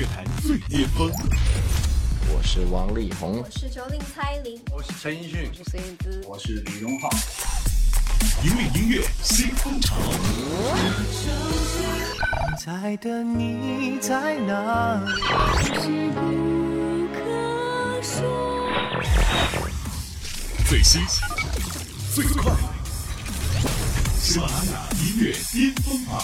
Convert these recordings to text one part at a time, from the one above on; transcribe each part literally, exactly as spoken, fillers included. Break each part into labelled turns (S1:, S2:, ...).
S1: 坛最巅峰。
S2: 我是王力宏，
S3: 我是九零蔡依林，
S4: 我是陈奕迅，
S3: 我是孙燕姿，
S4: 我是李荣浩。
S1: 引领音乐新风潮。
S5: 在的你在哪里？
S1: 最新最快，喜马拉雅音乐巅峰榜。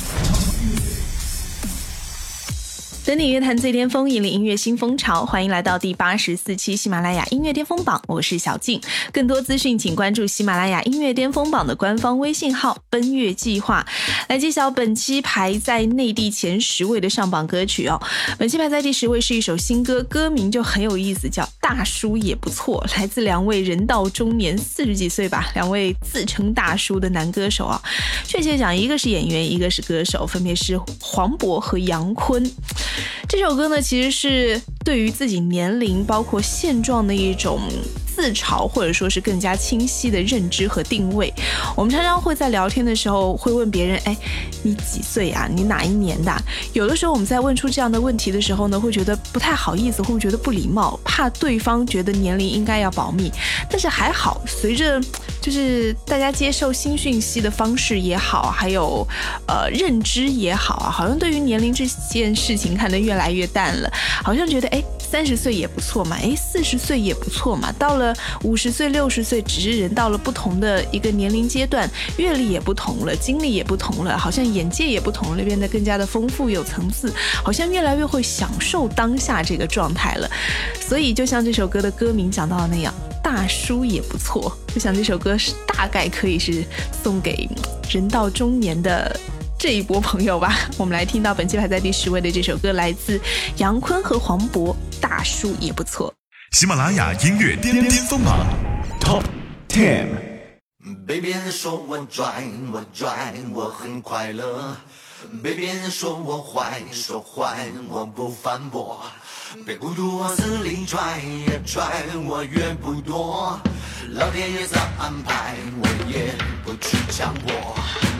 S6: 整理乐坛最巅峰，引领音乐新风潮。欢迎来到第八十四期喜马拉雅音乐巅峰榜，我是小静。更多资讯请关注喜马拉雅音乐巅峰榜的官方微信号奔月计划。来揭晓本期排在内地前十位的上榜歌曲哦。本期排在第十位是一首新歌，歌名就很有意思，叫大叔也不错，来自两位人到中年四十几岁吧，两位自称大叔的男歌手啊。确切讲，一个是演员，一个是歌手，分别是黄渤和杨坤。这首歌呢，其实是对于自己年龄包括现状的一种自嘲，或者说是更加清晰的认知和定位。我们常常会在聊天的时候会问别人，哎，你几岁啊？你哪一年的？有的时候我们在问出这样的问题的时候呢，会觉得不太好意思，会觉得不礼貌，怕对方觉得年龄应该要保密。但是还好，随着就是大家接受新讯息的方式也好，还有呃认知也好啊，好像对于年龄这件事情看得越来越淡了，好像觉得哎，三十岁也不错嘛，哎，四十岁也不错嘛，到了五十岁、六十岁，只是人到了不同的一个年龄阶段，阅历也不同了，经历也不同了，好像眼界也不同了，变得更加的丰富有层次，好像越来越会享受当下这个状态了。所以就像这首歌的歌名讲到的那样，大叔也不错。我想这首歌是大概可以是送给人到中年的这一波朋友吧。我们来听到本期排在第十位的这首歌，来自杨坤和黄渤，大叔也不错。
S1: 喜马拉雅音乐巅巅峰榜 Top Ten。
S7: 被别人说我拽，我拽，我很快乐。被别人说我坏，说坏，我不反驳。被孤独往死里拽，越拽我越不多。老天爷早安排，我也不去强迫。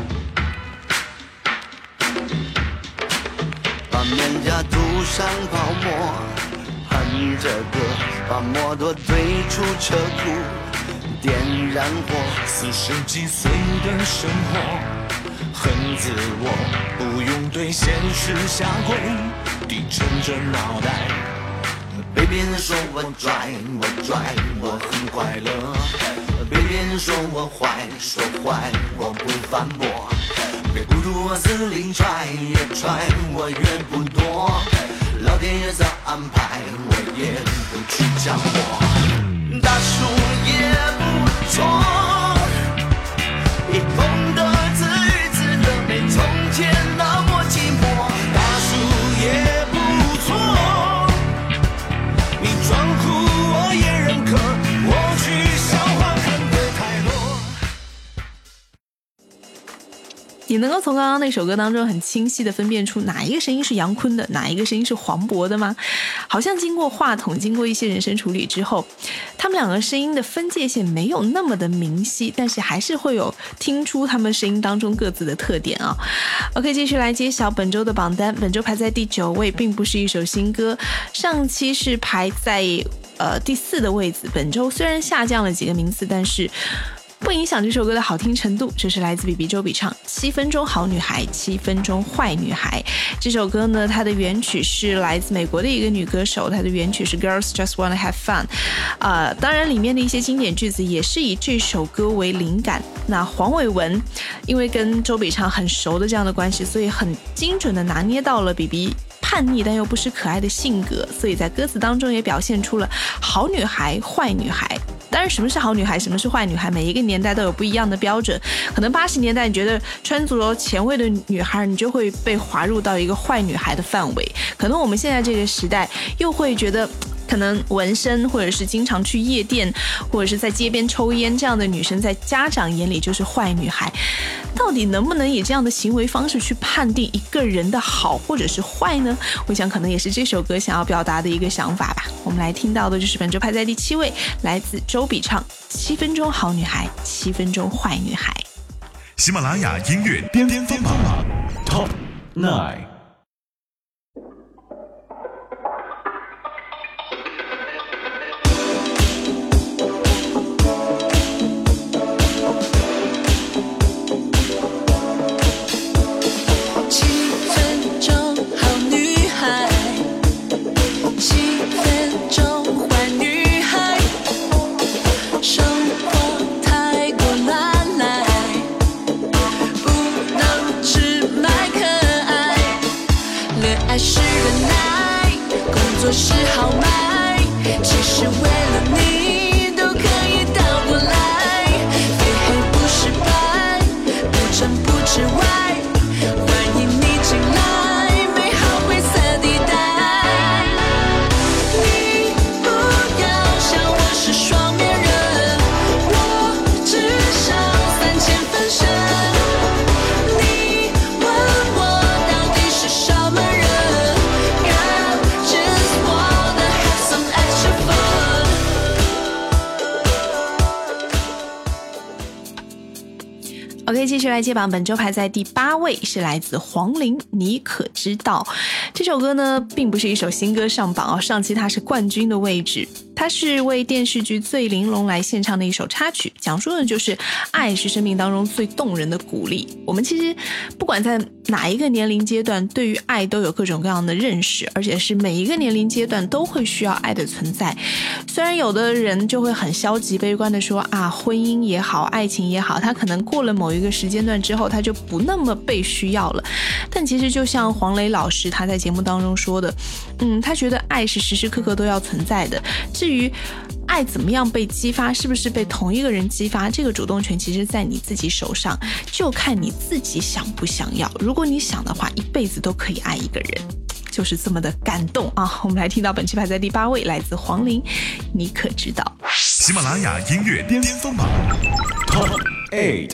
S7: 把面颊涂上泡沫，哼着歌，把摩托推出车库，点燃火。
S5: 四十几岁的生活很自我，不用对现实下跪，低沉着脑袋。
S7: 被别人说我拽，我拽，我很快乐。被别人说我坏，说坏，我不反驳。被孤独往死里拽，越拽我越不多。老天爷早安排，我也不去讲我。大叔也不错，一碰的自娱自乐，没从前那么寂寞。大叔也不错，你装酷我也认可，我去笑话看得太多。
S6: 你能够从刚刚那首歌当中很清晰地分辨出哪一个声音是杨坤的，哪一个声音是黄渤的吗？好像经过话筒，经过一些人声处理之后，他们两个声音的分界线没有那么的明晰，但是还是会有听出他们声音当中各自的特点啊。OK， 继续来揭晓本周的榜单。本周排在第九位，并不是一首新歌，上期是排在呃第四的位置。本周虽然下降了几个名次，但是不影响这首歌的好听程度。这是来自比比周笔畅七分钟好女孩，七分钟坏女孩。这首歌呢，它的原曲是来自美国的一个女歌手，她的原曲是 Girls Just Wanna Have Fun、呃、当然里面的一些经典句子也是以这首歌为灵感。那黄伟文因为跟周笔畅很熟的这样的关系，所以很精准的拿捏到了比比叛逆但又不失可爱的性格，所以在歌词当中也表现出了好女孩坏女孩。当然什么是好女孩，什么是坏女孩，每一个年代都有不一样的标准。可能八十年代你觉得穿着前卫的女孩，你就会被划入到一个坏女孩的范围。可能我们现在这个时代又会觉得可能纹身或者是经常去夜店或者是在街边抽烟这样的女生，在家长眼里就是坏女孩。到底能不能以这样的行为方式去判定一个人的好或者是坏呢？我想可能也是这首歌想要表达的一个想法吧。我们来听到的就是本周排在第七位，来自周笔畅七分钟好女孩，七分钟坏女孩。
S1: 喜马拉雅音乐巅巅峰榜 Top Nine。
S3: 爱是忍耐，工作是豪迈，其实为了你都可以倒过来，非黑不是白，不真不知歪，欢迎你进来，美好灰色地带。你不要想我是双面人，我至少三千分身。你问我到底是什么人 ？I just wanna have some extra fun。
S6: OK， 继续来揭榜，本周排在第八位是来自黄龄，你可知道？这首歌呢，并不是一首新歌上榜哦，上期它是冠军的位置。它是为电视剧《醉玲珑》来献唱的一首插曲，讲述的就是爱是生命当中最动人的鼓励。我们其实不管在哪一个年龄阶段，对于爱都有各种各样的认识，而且是每一个年龄阶段都会需要爱的存在。虽然有的人就会很消极悲观的说啊，婚姻也好，爱情也好，他可能过了某一个时间段之后，他就不那么被需要了。但其实就像黄磊老师他在节目当中说的，嗯，他觉得爱是时时刻刻都要存在的。至于爱怎么样被激发，是不是被同一个人激发，这个主动权其实在你自己手上，就看你自己想不想要。如果你想的话，一辈子都可以爱一个人，就是这么的感动啊！我们来听到本期排在第八位，来自黄龄，你可知道？
S1: 喜马拉雅音乐巅峰榜 Top 八。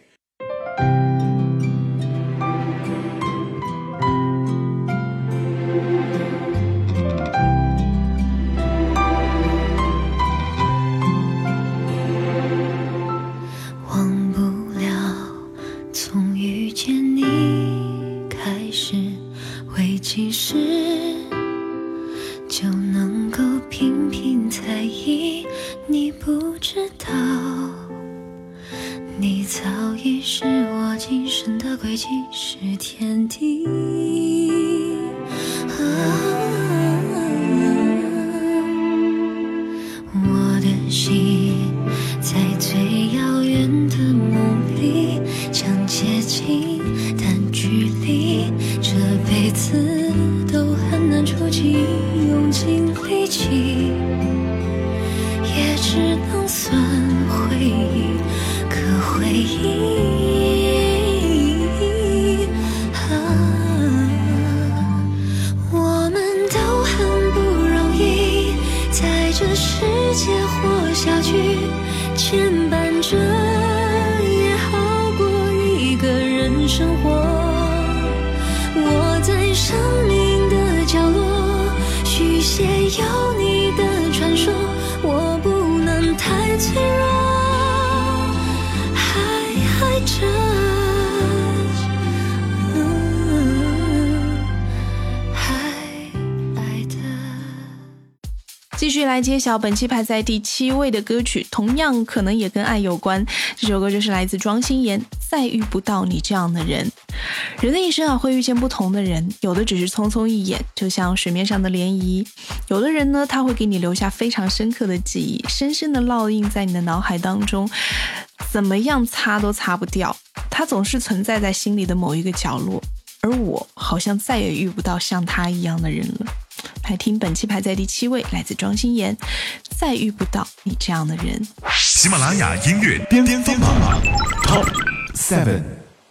S3: 其实就能够频频在意，你不知道，你早已是我今生的轨迹，是天地。啊，我的心在最遥远的梦里，想接近，但距离这辈子都很难触及，用尽力气也只能算回忆，可回忆、啊、我们都很不容易在这世界活下去，牵绊着也好过一个人生活。我在生命的角落续写有你的传说，我不能太脆弱，还爱着、嗯、还爱的。
S6: 继续来揭晓本期排在第七位的歌曲，同样可能也跟爱有关。这首歌就是来自庄心妍，再遇不到你这样的人。人的一生啊，会遇见不同的人，有的只是匆匆一眼，就像水面上的涟漪；有的人呢，他会给你留下非常深刻的记忆，深深的烙印在你的脑海当中，怎么样擦都擦不掉，他总是存在在心里的某一个角落。而我好像再也遇不到像他一样的人了。来听本期排在第七位，来自庄心妍，再遇不到你这样的人。
S1: 喜马拉雅音乐巅峰榜 Top 七。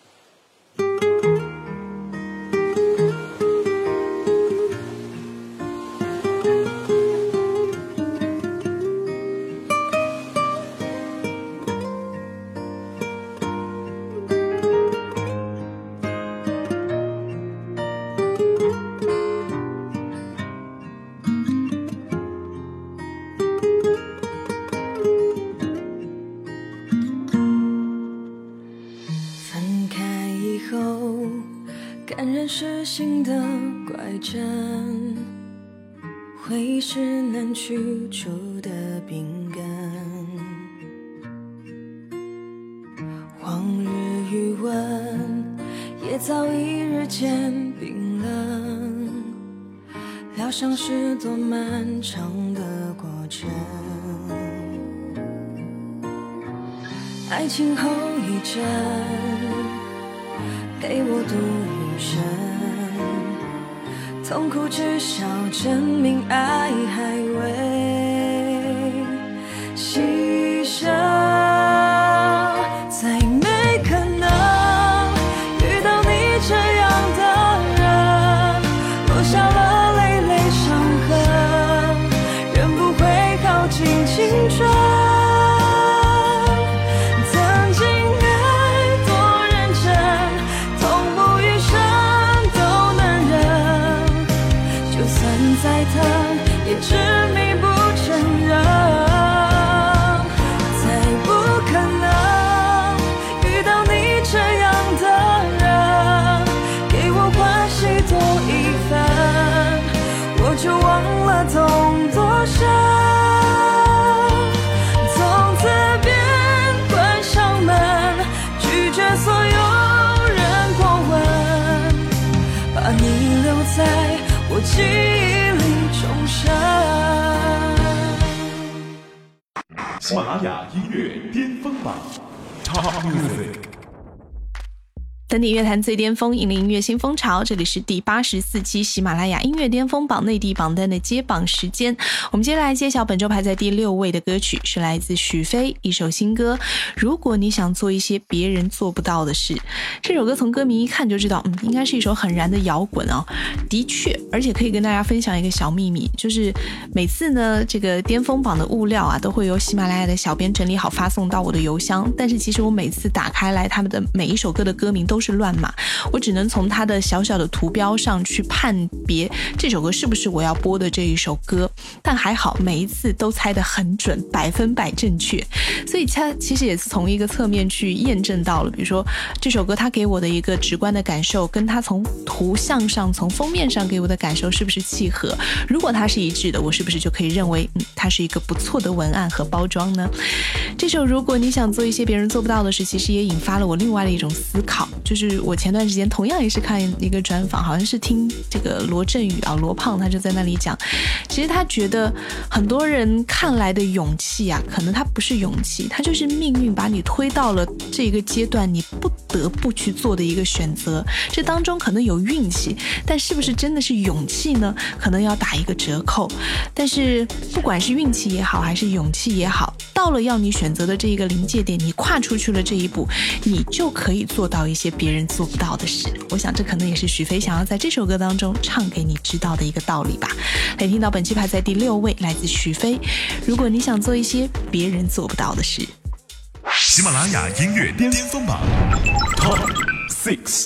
S3: 感染是心的怪症，回忆是难去除的病根，往日余温也早已日渐冰冷，疗伤是多漫长的过程，爱情后遗症陪我度余生， 痛苦至少证明爱还未牺牲，再没可能遇到你这样的人，落下了累累伤痕，人不会耗尽青春。再疼也执迷不承认，再不可能遇到你这样的人，给我关系多一分，我就忘了痛多深。从此便关上门，拒绝所有人过问，把你留在我记忆里重生。
S1: 喜马拉雅音乐巅峰榜 Top Music，
S6: 等你乐坛最巅峰，引领音乐新风潮。这里是第八十四期喜马拉雅音乐巅峰榜内地榜单的揭榜时间。我们接下来揭晓本周排在第六位的歌曲，是来自许飞一首新歌《如果你想做一些别人做不到的事》。这首歌从歌名一看就知道，嗯，应该是一首很燃的摇滚啊。的确，而且可以跟大家分享一个小秘密，就是每次呢，这个巅峰榜的物料啊，都会由喜马拉雅的小编整理好发送到我的邮箱。但是其实我每次打开来，他们的每一首歌的歌名都是乱码，我只能从它的小小的图标上去判别这首歌是不是我要播的这一首歌。但还好，每一次都猜得很准，百分百正确。所以它其实也是从一个侧面去验证到了，比如说这首歌它给我的一个直观的感受，跟它从图像上、从封面上给我的感受是不是契合？如果它是一致的，我是不是就可以认为，嗯，它是一个不错的文案和包装呢？这首如果你想做一些别人做不到的事，其实也引发了我另外的一种思考，就是我前段时间同样也是看一个专访，好像是听这个罗振宇啊，罗胖他就在那里讲，其实他觉得很多人看来的勇气啊，可能他不是勇气，他就是命运把你推到了这个阶段，你不得不去做的一个选择。这当中可能有运气，但是不是真的是勇气呢？可能要打一个折扣。但是不管是运气也好，还是勇气也好，到了要你选择的这一个临界点，你跨出去了这一步，你就可以做到一些别人做不到的事。我想这可能也是许飞想要在这首歌当中唱给你知道的一个道理吧。来听到本期排在第六位，来自许飞，如果你想做一些别人做不到的事。
S1: 喜马拉雅音乐巅峰榜 Top Six。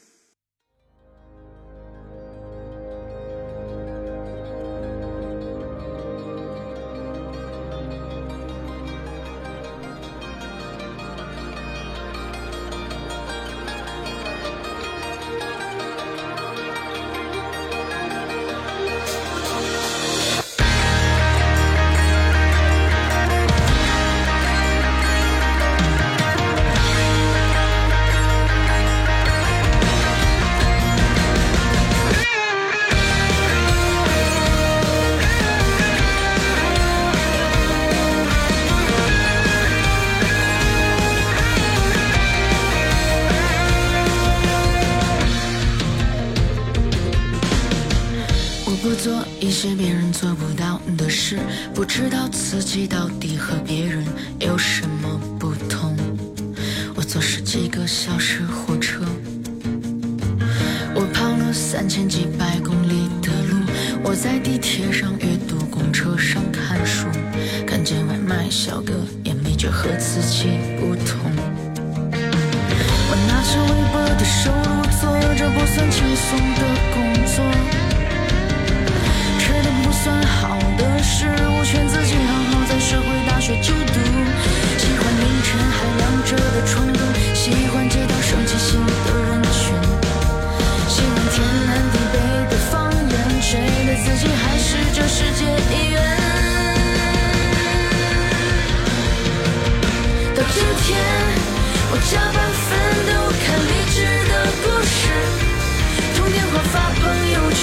S4: 一些别人做不到的事，不知道自己到底和别人有什么不同。我坐十几个小时火车，我跑了三千几百公里的路，我在地铁上阅读，公车上看书，看见外卖小哥也没觉和自己不同。我拿着微薄的收入，做着不算轻松的工作，吃的不算好的食物，劝自己好好在社会大学就读。喜欢凌晨还亮着的窗灯，喜欢街道上清醒的人群，喜欢天南地北的方言，觉得自己还是这世界一员。到今天我加班奋斗，看励志的故事，通电话发朋友圈，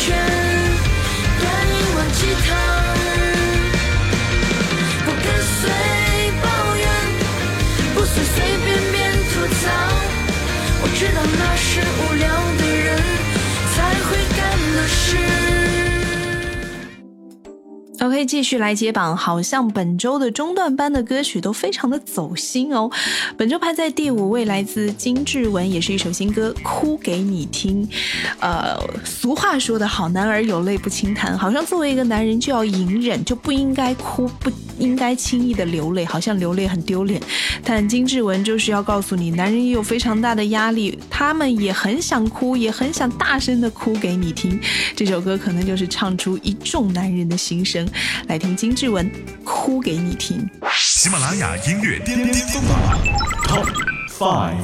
S6: OK， 继续来接榜，好像本周的中段班的歌曲都非常的走心哦。本周排在第五位，来自金志文，也是一首新歌《哭给你听》。呃，俗话说得好，男儿有泪不轻弹，好像作为一个男人就要隐忍，就不应该哭，不应该轻易的流泪，好像流泪很丢脸。但金志文就是要告诉你，男人也有非常大的压力，他们也很想哭，也很想大声的哭给你听。这首歌可能就是唱出一众男人的心声。来听金志文哭给你听。
S1: 喜马拉雅音乐巅巅峰榜 Top Five。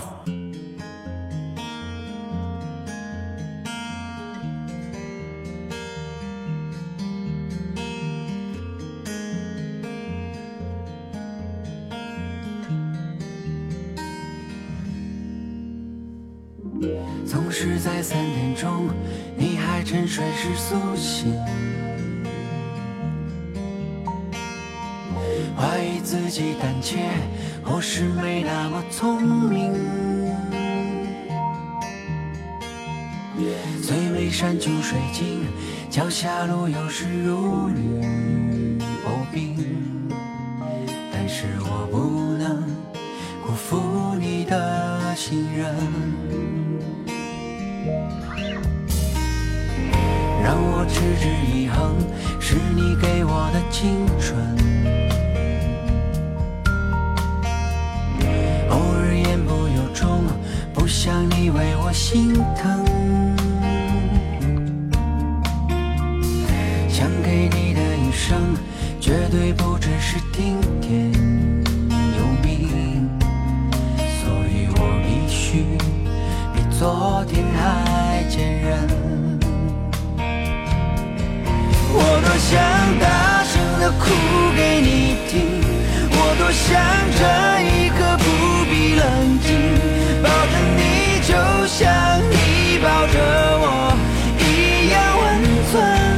S8: 总是在三点钟，你还沉睡时苏醒，怀疑自己胆怯，或是没那么聪明。最美山穷水尽，脚下路有时如履薄冰，但是我不能辜负你的信任。让我持之以恒，是你给我的青春。偶尔言不由衷，不想你为我心疼。想给你的一生，绝对不只是听天由命，所以我必须比昨天还坚韧。我多想大声地哭给你听，我多想这一刻不必冷静，抱着你就像你抱着我一样温存。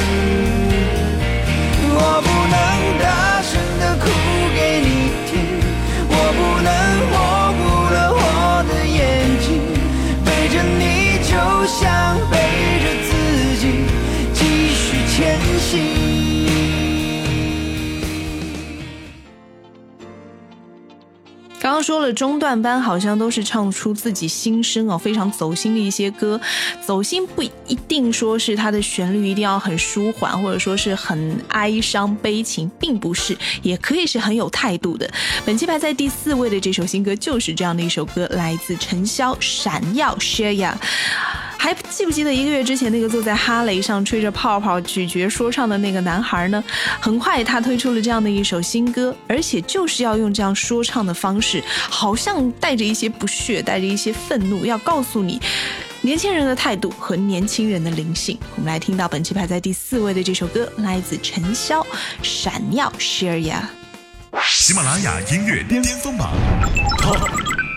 S8: 我不能大声地哭给你听，我不能模糊了我的眼睛，背着你就像背着自己继续前行。
S6: 刚刚说了，中段班好像都是唱出自己心声哦，非常走心的一些歌。走心不一定说是它的旋律一定要很舒缓，或者说是很哀伤悲情，并不是，也可以是很有态度的。本期排在第四位的这首新歌就是这样的一首歌，来自陈潇《闪耀 Shaya》。还记不记得一个月之前那个坐在哈雷上吹着泡泡咀嚼说唱的那个男孩呢？很快他推出了这样的一首新歌，而且就是要用这样说唱的方式，好像带着一些不屑，带着一些愤怒，要告诉你年轻人的态度和年轻人的灵性。我们来听到本期排在第四位的这首歌，来自陈潇《闪耀 Shaya》。
S1: 喜马拉雅音乐巅峰榜 Top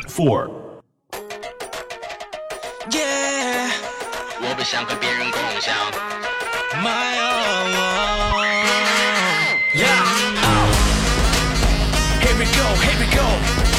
S1: Four。Yeah，
S9: 我不想和别人共享。
S5: My own. Yeah. Oh. Here we go. Here we go.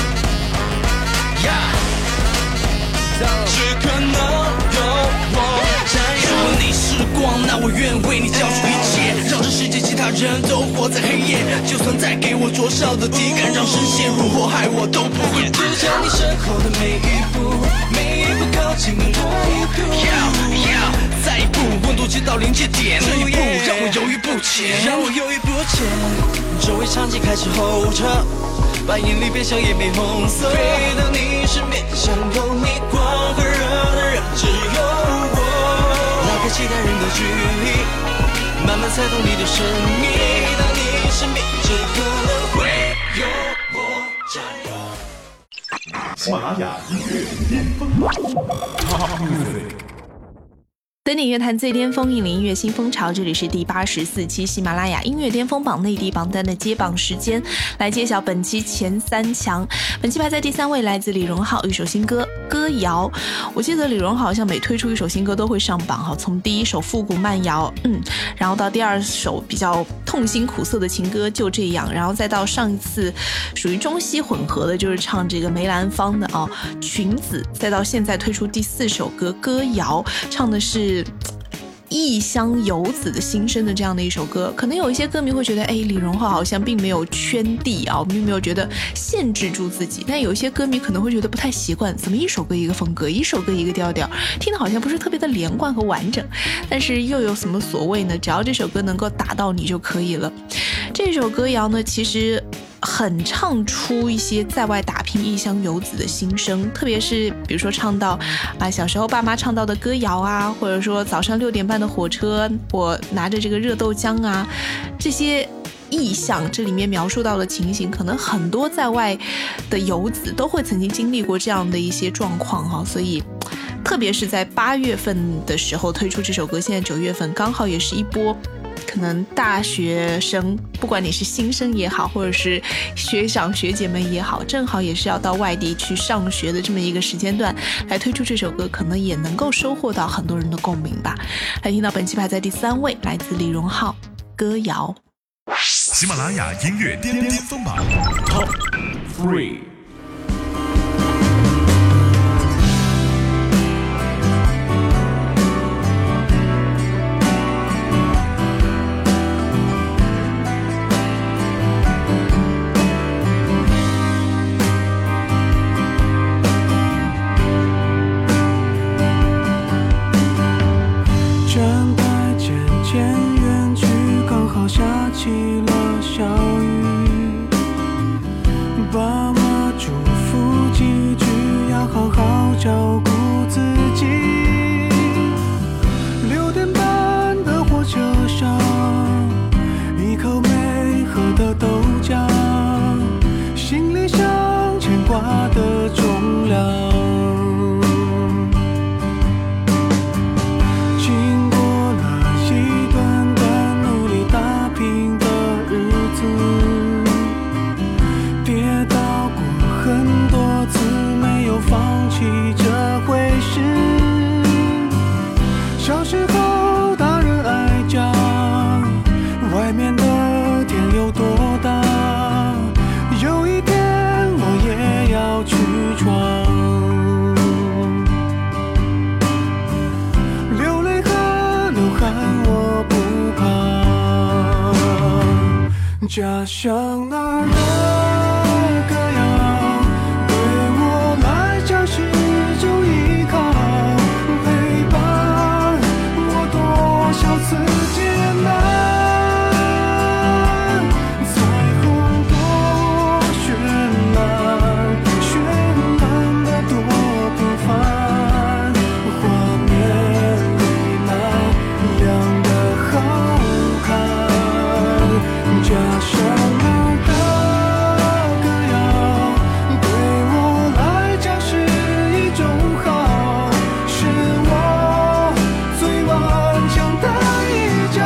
S5: Yeah. 只可能有我占有。如果你是光，那我愿为你交出一切，让这世界其他人都活在黑夜。就算再给我多少的敌感，让深陷入祸害，我都不会只想你身后的每一步，每一步靠近的多一步。再一步，温度接到临界点，这一步让我犹豫不前，让我犹豫不前。周围场景开始后撤，把眼里变成一枚红色。飞到你身边，想有你光和热的人只有我。拉开其他人的距离，慢慢猜透你的神秘。飞到你身边，只可能会有我占有。
S1: 喜马拉雅音乐巅峰榜 Top Music。
S6: 登顶乐坛最巅峰，引领音乐新风潮。这里是第八十四期喜马拉雅音乐巅峰榜内地榜单的揭榜时间，来揭晓本期前三强。本期排在第三位，来自李荣浩一首新歌《歌谣》。我记得李荣浩好像每推出一首新歌都会上榜哈，从第一首复古慢摇，嗯，然后到第二首比较痛心苦涩的情歌就这样，然后再到上一次属于中西混合的，就是唱这个梅兰芳的啊裙子，再到现在推出第四首歌《歌谣》，唱的是异乡游子的心声的这样的一首歌。可能有一些歌迷会觉得，哎，李荣浩好像并没有圈地啊，并没有觉得限制住自己，但有一些歌迷可能会觉得不太习惯，怎么一首歌一个风格，一首歌一个调调，听得好像不是特别的连贯和完整。但是又有什么所谓呢？只要这首歌能够打到你就可以了。这首歌谣呢，其实很唱出一些在外打拼异乡游子的心声，特别是比如说唱到啊小时候爸妈唱到的歌谣啊，或者说早上六点半的火车，我拿着这个热豆浆啊，这些意象，这里面描述到的情形，可能很多在外的游子都会曾经经历过这样的一些状况哈，所以特别是在八月份的时候推出这首歌，现在九月份刚好也是一波可能大学生，不管你是新生也好，或者是学长学姐们也好，正好也是要到外地去上学的这么一个时间段，来推出这首歌，可能也能够收获到很多人的共鸣吧。来听到本期排在第三位，来自李荣浩歌谣。
S1: 喜马拉雅音乐巅巅峰榜 Top Three。
S8: 家乡那儿的歌谣，对我来讲是种依靠，陪伴我多少次艰难。彩虹多绚烂，绚烂的多平凡，画面里那亮的好看。家乡那儿的歌谣，对我来讲是一种好，是我最顽强的一角。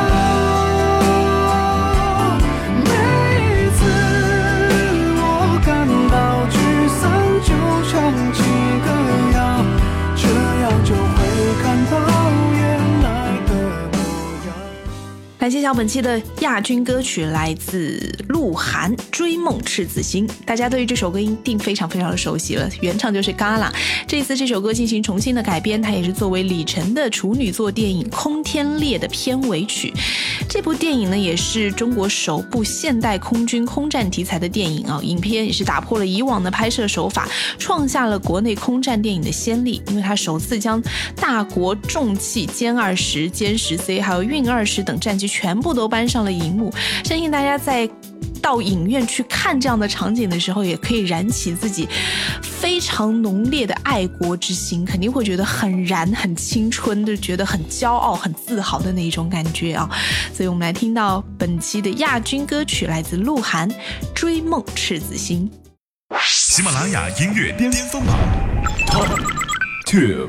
S8: 每一次我感到沮丧，就唱起歌谣，这样就会看到原来的模样。
S6: 感谢小本期的亚军歌曲，来自鹿晗《追梦赤子心》。大家对于这首歌一定非常非常的熟悉了，原唱就是 Gala。 这次这首歌进行重新的改编，它也是作为李晨的处女作电影《空天猎》的片尾曲。这部电影呢，也是中国首部现代空军空战题材的电影啊。影片也是打破了以往的拍摄手法，创下了国内空战电影的先例，因为它首次将大国重器歼二十、歼十 C 还有运二十等战机全部都搬上了荧幕。相信大家在到影院去看这样的场景的时候，也可以燃起自己非常浓烈的爱国之心，肯定会觉得很燃很青春，就觉得很骄傲很自豪的那一种感觉啊！所以我们来听到本期的亚军歌曲，来自鹿晗《追梦赤子心》。
S1: 喜马拉雅音乐巅峰榜 Top Two。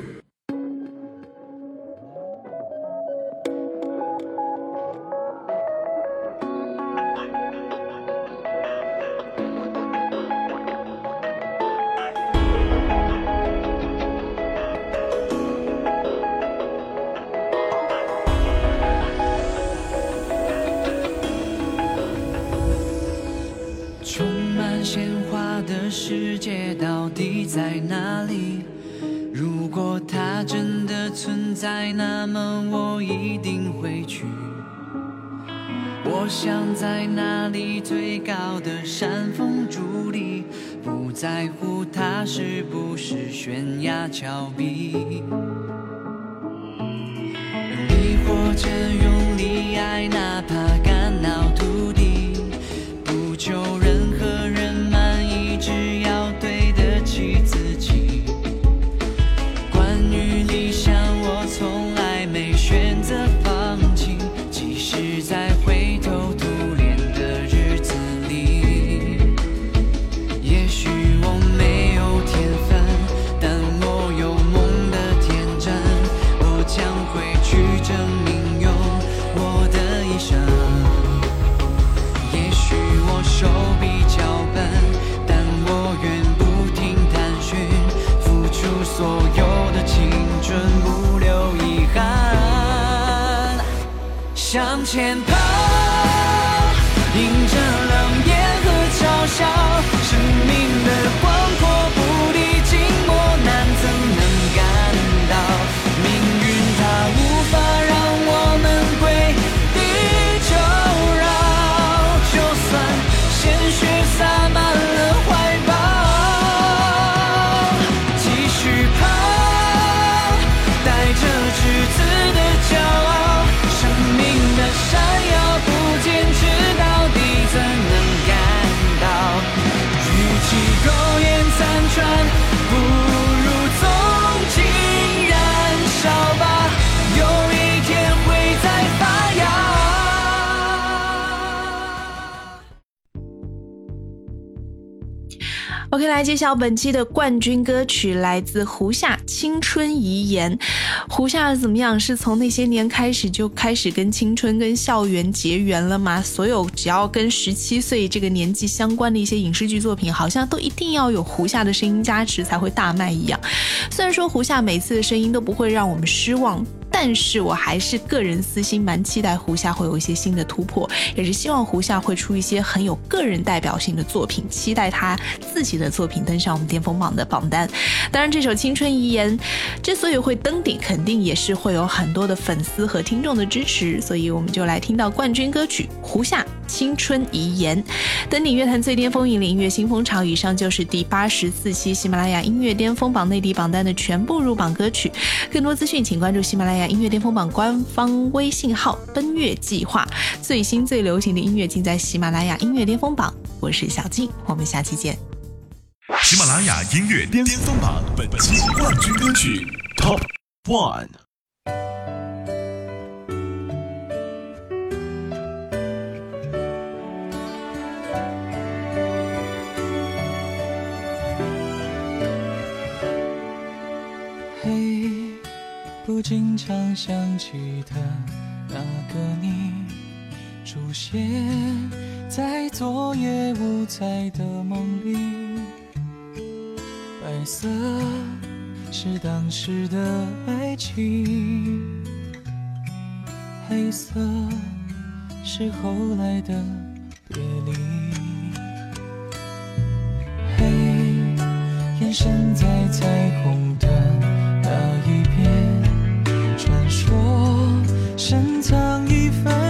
S5: 鲜花的世界到底在哪里？如果它真的存在，那么我一定
S8: 回去。我想在那里最高的山峰伫立，不在乎它是不是悬崖峭壁。用力或者用力爱，哪怕肝脑涂地，不求人和人满意，只要对得起自己。关于理想，我从来没选择放弃，即使在灰头土脸的日子里。也许我没有天分，但我有梦的天真，我将会去证明用我的一生。也许我手比较笨，但我愿不停探寻，付出所有的青春，不留遗憾。向前跑，迎着冷眼和嘲笑，生命的广阔不离寂寞，难怎能感到命运它无法让我们归地球绕。就算鲜血洒满了怀抱，继续跑，带着赤子的骄傲，生命的闪耀不坚持到底怎能感到，与其苟延残喘，不如纵情燃烧吧，有一天会再发芽。
S6: OK， 来揭晓本期的冠军歌曲，来自胡夏《青春遗言》。胡夏怎么样？是从那些年开始就开始跟青春、跟校园结缘了吗？所有只要跟十七岁这个年纪相关的一些影视剧作品，好像都一定要有胡夏的声音加持才会大卖一样。虽然说胡夏每次的声音都不会让我们失望，但是我还是个人私心蛮期待胡夏会有一些新的突破，也是希望胡夏会出一些很有个人代表性的作品，期待他自己的作品登上我们巅峰榜的榜单。当然这首《青春遗言》之所以会登顶，肯定也是会有很多的粉丝和听众的支持，所以我们就来听到冠军歌曲胡夏《青春遗言》。登顶乐坛最巅峰，引领音乐新风潮。以上就是第八十四期喜马拉雅音乐巅峰榜内地榜单的全部入榜歌曲。更多资讯请关注喜马拉雅音乐巅峰榜官方微信号奔月计划，最新最流行的音乐尽在喜马拉雅音乐巅峰榜。我是小静，我们下期见。
S1: 喜马拉雅音乐巅峰榜本期冠军歌曲 Top One。
S8: 嘿，不禁常想起的那个你，出现在昨夜无彩的梦里。白色是当时的爱情，黑色是后来的别离。嘿，眼神在彩虹的那一边，传说深藏一份